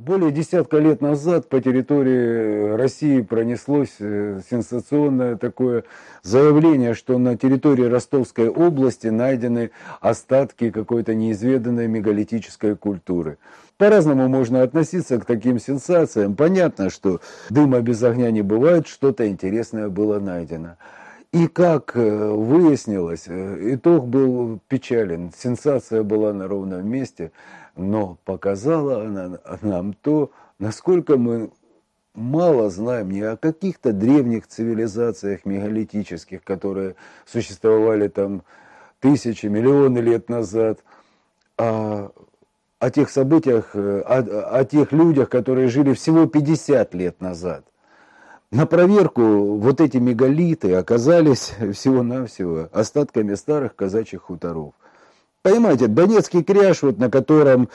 Более десятка лет назад по территории России пронеслось сенсационное такое заявление, что на территории Ростовской области найдены остатки какой-то неизведанной мегалитической культуры. По-разному можно относиться к таким сенсациям. Понятно, что дыма без огня не бывает, что-то интересное было найдено. И как выяснилось, итог был печален. Сенсация была на ровном месте, но показала она нам то, насколько мы мало знаем не о каких-то древних цивилизациях мегалитических, которые существовали там тысячи, миллионы лет назад, а о тех событиях, о тех людях, которые жили всего 50 лет назад. На проверку вот эти мегалиты оказались всего-навсего остатками старых казачьих хуторов. Понимаете, Донецкий кряж, вот, на котором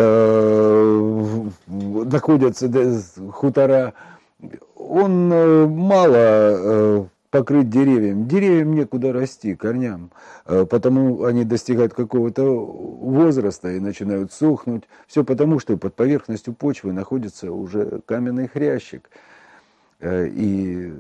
находятся хутора, он мало покрыт деревьями. Деревьям некуда расти, корням, потому они достигают какого-то возраста и начинают сохнуть. Все потому, что под поверхностью почвы находится уже каменный хрящик. И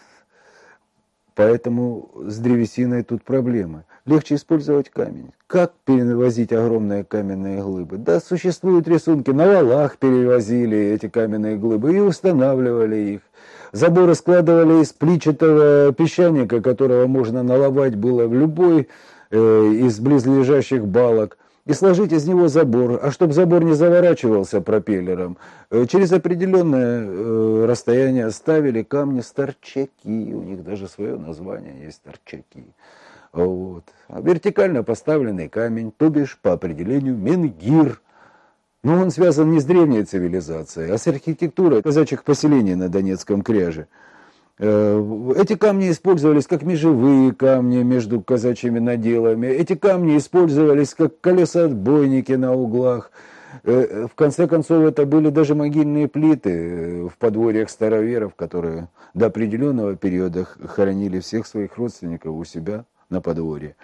поэтому с древесиной тут проблемы. Легче использовать камень. Как перевозить огромные каменные глыбы? Да, существуют рисунки. На валах перевозили эти каменные глыбы и устанавливали их. Заборы складывали из плитчатого песчаника, которого можно наловать было в любой из близлежащих балок. И сложить из него забор. А чтобы забор не заворачивался пропеллером, через определенное расстояние ставили камни старчаки. У них даже свое название есть — старчаки. Вот. А вертикально поставленный камень, то бишь по определению менгир. Но он связан не с древней цивилизацией, а с архитектурой казачьих поселений на Донецком кряже. Эти камни использовались как межевые камни между казачьими наделами. Эти камни использовались как колесоотбойники на углах. В конце концов, это были даже могильные плиты в подворьях староверов, которые до определенного периода хоронили всех своих родственников у себя на подворье.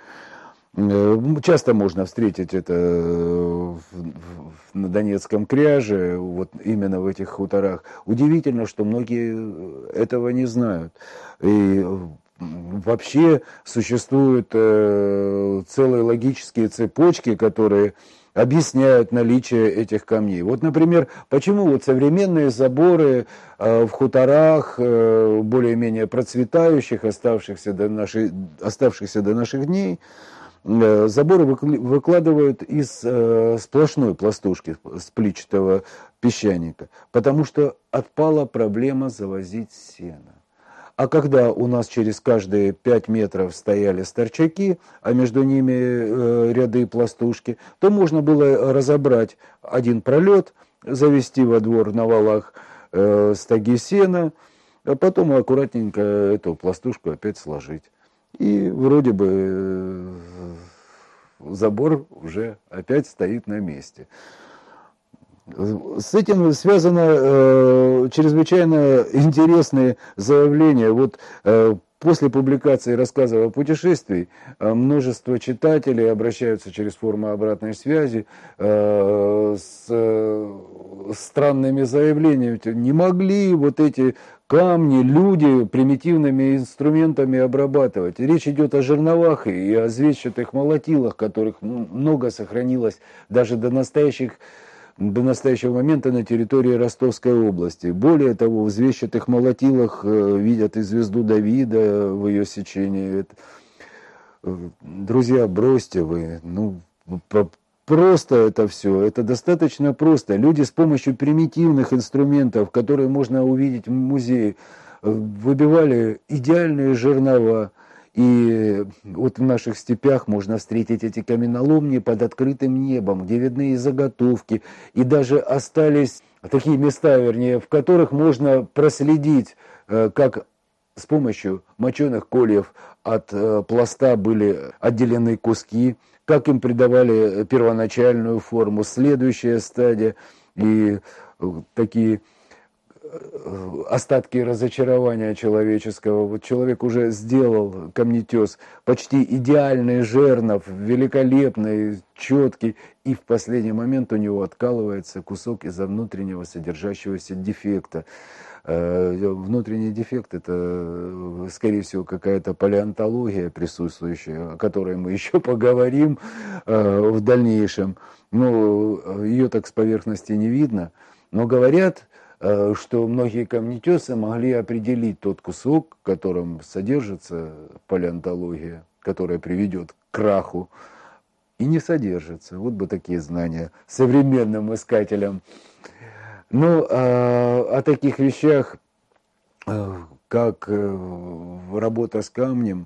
Часто можно встретить это на Донецком кряже, вот именно в этих хуторах. Удивительно, что многие этого не знают. И вообще существуют целые логические цепочки, которые объясняют наличие этих камней. Вот, например, почему вот современные заборы в хуторах, более-менее процветающих, оставшихся до наших дней, заборы выкладывают из сплошной пластушки, с плитчатого песчаника, потому что отпала проблема завозить сено. А когда у нас через каждые 5 метров стояли старчаки, а между ними ряды пластушки, то можно было разобрать один пролет, завести во двор на валах стоги сена, а потом аккуратненько эту пластушку опять сложить. И вроде бы забор уже опять стоит на месте. С этим связано чрезвычайно интересные заявления. Вот после публикации рассказов о путешествии множество читателей обращаются через форму обратной связи с странными заявлениями. Не могли вот эти камни люди примитивными инструментами обрабатывать. Речь идет о жерновах и о звездчатых молотилах, которых много сохранилось даже до настоящего момента на территории Ростовской области. Более того, в звездчатых молотилах видят и звезду Давида в ее сечении. Друзья, бросьте вы, просто это все, это достаточно просто. Люди с помощью примитивных инструментов, которые можно увидеть в музее, выбивали идеальные жернова. И вот в наших степях можно встретить эти каменоломни под открытым небом, где видны и заготовки, и даже остались такие места, вернее, в которых можно проследить, как с помощью моченых кольев от пласта были отделены куски, как им придавали первоначальную форму, следующая стадия, и такие остатки разочарования человеческого. Вот человек уже сделал камнетес почти идеальный жернов, великолепный, четкий, и в последний момент у него откалывается кусок из-за внутреннего содержащегося дефекта. Внутренний дефект — это, скорее всего, какая-то палеонтология присутствующая, о которой мы еще поговорим в дальнейшем. Ну, ее так с поверхности не видно, но говорят, что многие камнетесы могли определить тот кусок, в котором содержится палеонтология, которая приведет к краху, и не содержится. Вот бы такие знания современным искателям. Ну, о таких вещах, как работа с камнем,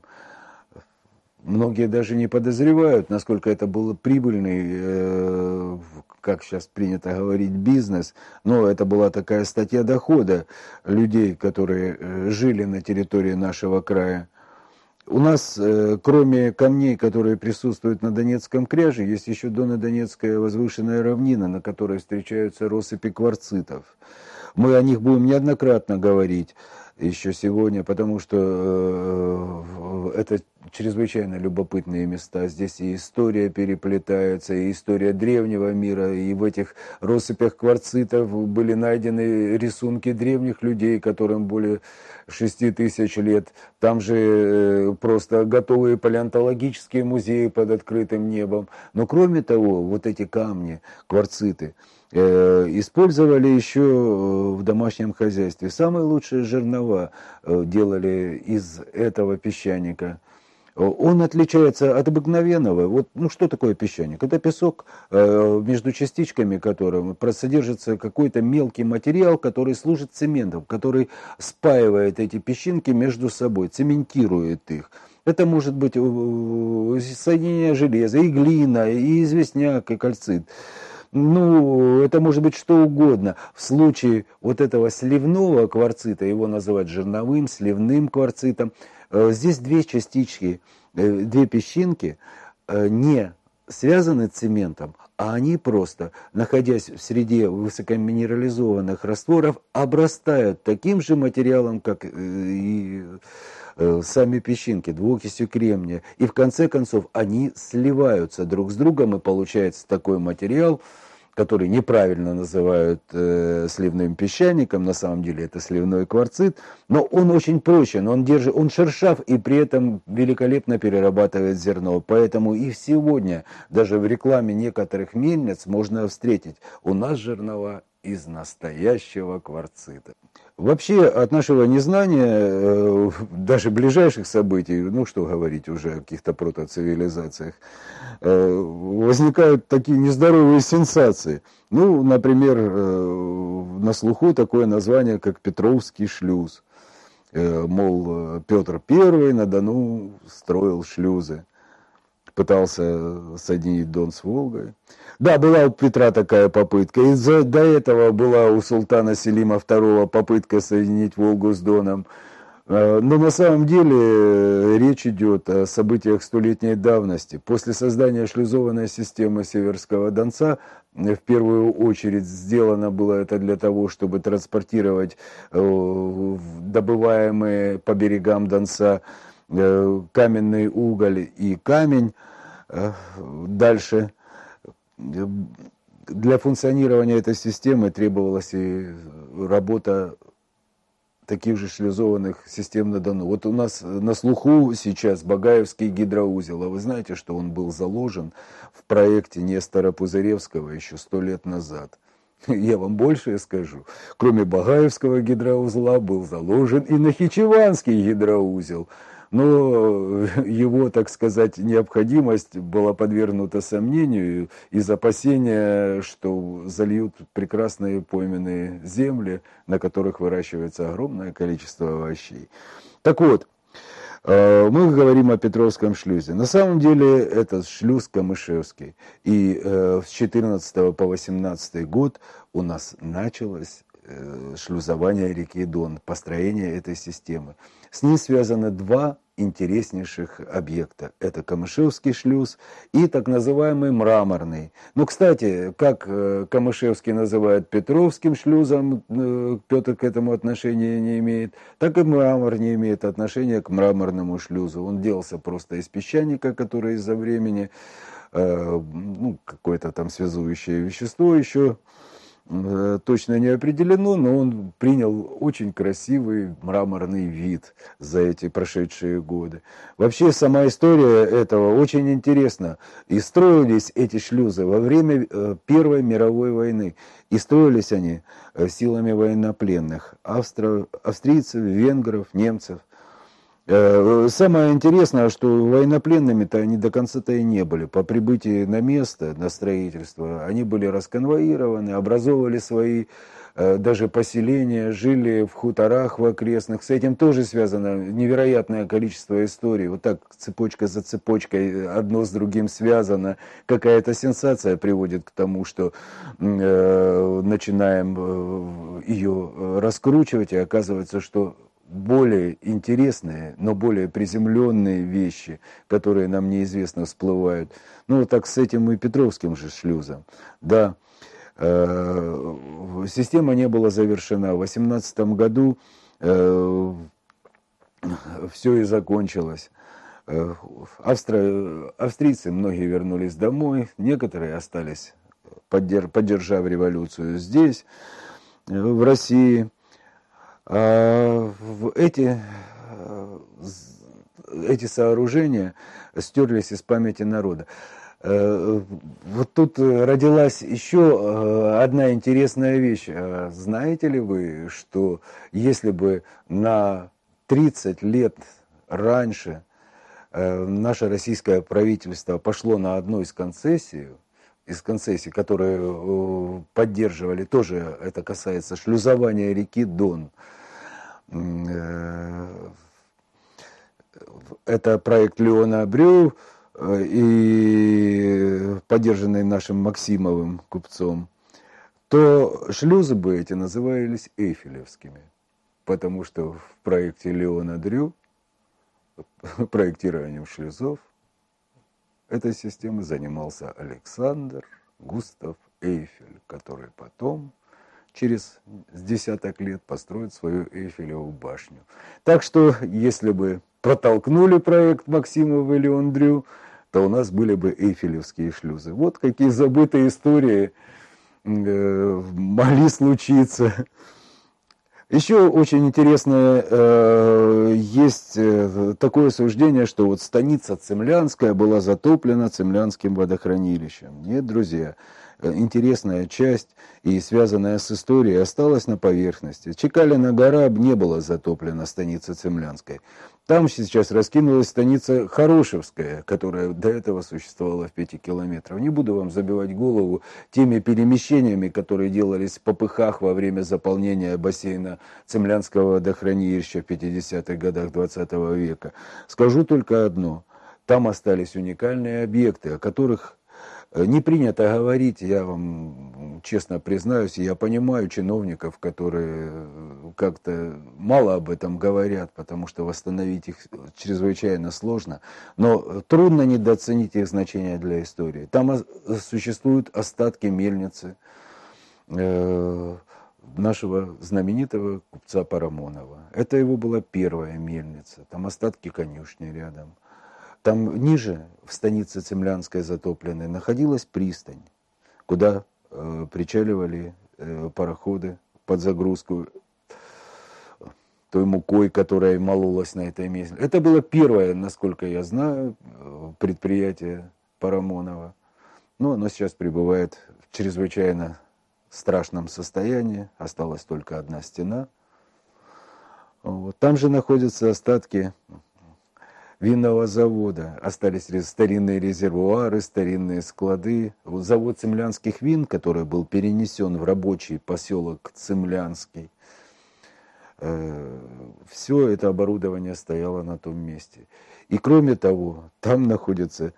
многие даже не подозревают, насколько это был прибыльный, как сейчас принято говорить, бизнес. Но это была такая статья дохода людей, которые жили на территории нашего края. У нас, кроме камней, которые присутствуют на Донецком кряже, есть еще Донно-Донецкая возвышенная равнина, на которой встречаются россыпи кварцитов. Мы о них будем неоднократно говорить еще сегодня, потому что это чрезвычайно любопытные места. Здесь и история переплетается, и история древнего мира, и в этих россыпях кварцитов были найдены рисунки древних людей, которым более 6000 лет. Там же просто готовые палеонтологические музеи под открытым небом. Но кроме того, вот эти камни, кварциты, использовали еще в домашнем хозяйстве. Самые лучшие жернова делали из этого песчаника. Он отличается от обыкновенного. Вот, ну что такое песчаник? Это песок, между частичками которого содержится какой-то мелкий материал, который служит цементом, который спаивает эти песчинки между собой, цементирует их. Это может быть соединение железа, и глина, и известняк, и кальцит. Ну, это может быть что угодно. В случае вот этого сливного кварцита, его называют жерновым, сливным кварцитом, здесь две частички, две песчинки не связаны цементом, а они просто, находясь в среде высокоминерализованных растворов, обрастают таким же материалом, как и сами песчинки, двуокисью кремния. И в конце концов они сливаются друг с другом, и получается такой материал, который неправильно называют сливным песчаником, на самом деле это сливной кварцит, но он очень прочен, он шершав и при этом великолепно перерабатывает зерно. Поэтому и сегодня даже в рекламе некоторых мельниц можно встретить: у нас жернова из настоящего кварцита. Вообще, от нашего незнания, даже ближайших событий, ну что говорить уже о каких-то протоцивилизациях, возникают такие нездоровые сенсации. Ну, например, на слуху такое название, как Петровский шлюз. Мол, Петр I на Дону строил шлюзы, пытался соединить Дон с Волгой. Да, была у Петра такая попытка. И до этого была у султана Селима II попытка соединить Волгу с Доном. Но на самом деле речь идет о событиях столетней давности. После создания шлюзованной системы Северского Донца, в первую очередь сделано было это для того, чтобы транспортировать добываемые по берегам Донца каменный уголь и камень. Дальше для функционирования этой системы требовалась и работа таких же шлюзованных систем на Дону. Вот у нас на слуху сейчас Багаевский гидроузел. А вы знаете, что он был заложен в проекте Нестора Пузыревского еще 100 лет назад? Я вам больше скажу. Кроме Багаевского гидроузла был заложен и Нахичеванский гидроузел. Но его, так сказать, необходимость была подвергнута сомнению из опасения, что зальют прекрасные пойменные земли, на которых выращивается огромное количество овощей. Так вот, мы говорим о Петровском шлюзе. На самом деле это шлюз Камышевский. И с 14 по 18 год у нас началось шлюзование реки Дон, построение этой системы. С ней связаны два интереснейших объекта. Это Камышевский шлюз и так называемый Мраморный. Ну, кстати, как Камышевский называют Петровским шлюзом, Петр к этому отношения не имеет, так и Мрамор не имеет отношения к Мраморному шлюзу. Он делался просто из песчаника, который из-за времени, ну, какое-то там связующее вещество еще точно не определено, но он принял очень красивый мраморный вид за эти прошедшие годы. Вообще сама история этого очень интересна. И строились эти шлюзы во время Первой мировой войны. И строились они силами военнопленных. Австрийцев, венгров, немцев. Самое интересное, что военнопленными-то они до конца-то и не были. По прибытии на место, на строительство, они были расконвоированы, образовывали свои даже поселения, жили в хуторах в окрестных. С этим тоже связано невероятное количество историй. Вот так цепочка за цепочкой, одно с другим связано. Какая-то сенсация приводит к тому, что начинаем ее раскручивать, и оказывается, что более интересные, но более приземленные вещи, которые нам неизвестно, всплывают. Ну, так с этим и Петровским же шлюзом. Да, система не была завершена. В 18 году все и закончилось. Австрийцы многие вернулись домой, некоторые остались, поддержав революцию здесь, в России. Эти сооружения стерлись из памяти народа. Вот тут родилась еще одна интересная вещь. Знаете ли вы, что если бы на 30 лет раньше наше российское правительство пошло на одну из концессий, которые поддерживали, тоже это касается шлюзования реки Дон. Это проект Леона Брю, и поддержанный нашим Максимовым купцом, то шлюзы бы эти назывались эйфелевскими, потому что в проекте Леона Дрю, проектированием шлюзов, этой системой занимался Александр Густав Эйфель, который потом, через десяток лет, построит свою Эйфелеву башню. Так что, если бы протолкнули проект Максимова и Леон Дрю, то у нас были бы эйфелевские шлюзы. Вот какие забытые истории могли случиться. Еще очень интересное есть такое суждение, что вот станица Цимлянская была затоплена Цимлянским водохранилищем. Нет, друзья, интересная часть и связанная с историей осталась на поверхности. Чекалина гора не была затоплена, станица Цимлянской. Там сейчас раскинулась станица Хорошевская, которая до этого существовала в 5 километрах. Не буду вам забивать голову теми перемещениями, которые делались в попыхах во время заполнения бассейна Цимлянского водохранилища в 50-х годах 20 века. Скажу только одно. Там остались уникальные объекты, о которых не принято говорить, я вам честно признаюсь, я понимаю чиновников, которые как-то мало об этом говорят, потому что восстановить их чрезвычайно сложно, но трудно недооценить их значение для истории. Там существуют остатки мельницы нашего знаменитого купца Парамонова. Это его была первая мельница, там остатки конюшни рядом. Там ниже, в станице Цимлянской затопленной, находилась пристань, куда причаливали пароходы под загрузку той мукой, которая мололась на этой месте. Это было первое, насколько я знаю, предприятие Парамонова. Но оно сейчас пребывает в чрезвычайно страшном состоянии. Осталась только одна стена. Вот. Там же находятся остатки винного завода. Остались старинные резервуары, старинные склады. Завод цимлянских вин, который был перенесен в рабочий поселок Цимлянский, все это оборудование стояло на том месте. И кроме того, там находятся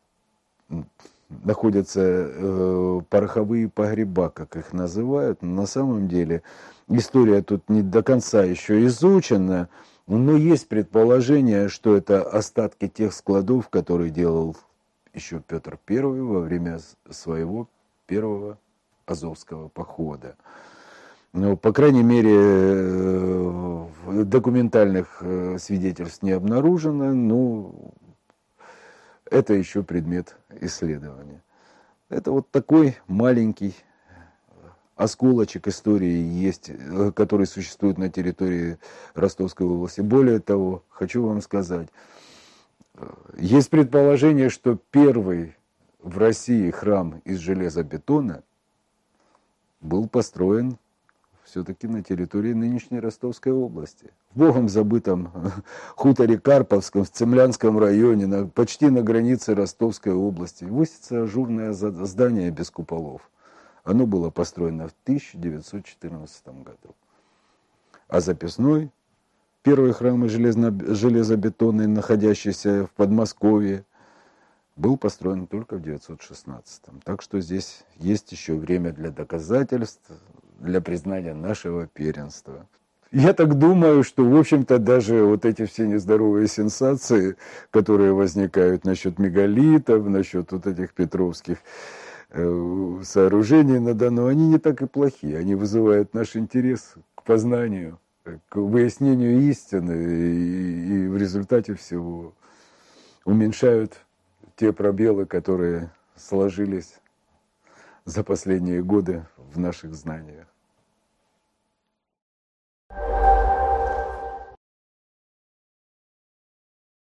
пороховые погреба, как их называют. Но на самом деле история тут не до конца еще изучена. Но есть предположение, что это остатки тех складов, которые делал еще Петр I во время своего первого Азовского похода. Ну, по крайней мере, документальных свидетельств не обнаружено, но это еще предмет исследования. Это вот такой маленький осколочек истории есть, который существует на территории Ростовской области. Более того, хочу вам сказать, есть предположение, что первый в России храм из железобетона был построен все-таки на территории нынешней Ростовской области. В богом забытом хуторе Карповском, в Цемлянском районе, почти на границе Ростовской области, высится ажурное здание без куполов. Оно было построено в 1914 году. А записной, первый храм железобетонный, находящийся в Подмосковье, был построен только в 1916. Так что здесь есть еще время для доказательств, для признания нашего первенства. Я так думаю, что, в общем-то, даже вот эти все нездоровые сенсации, которые возникают насчет мегалитов, насчет вот этих петровских сооружений на Дону, они не так и плохие. Они вызывают наш интерес к познанию, к выяснению истины и в результате всего уменьшают те пробелы, которые сложились за последние годы в наших знаниях.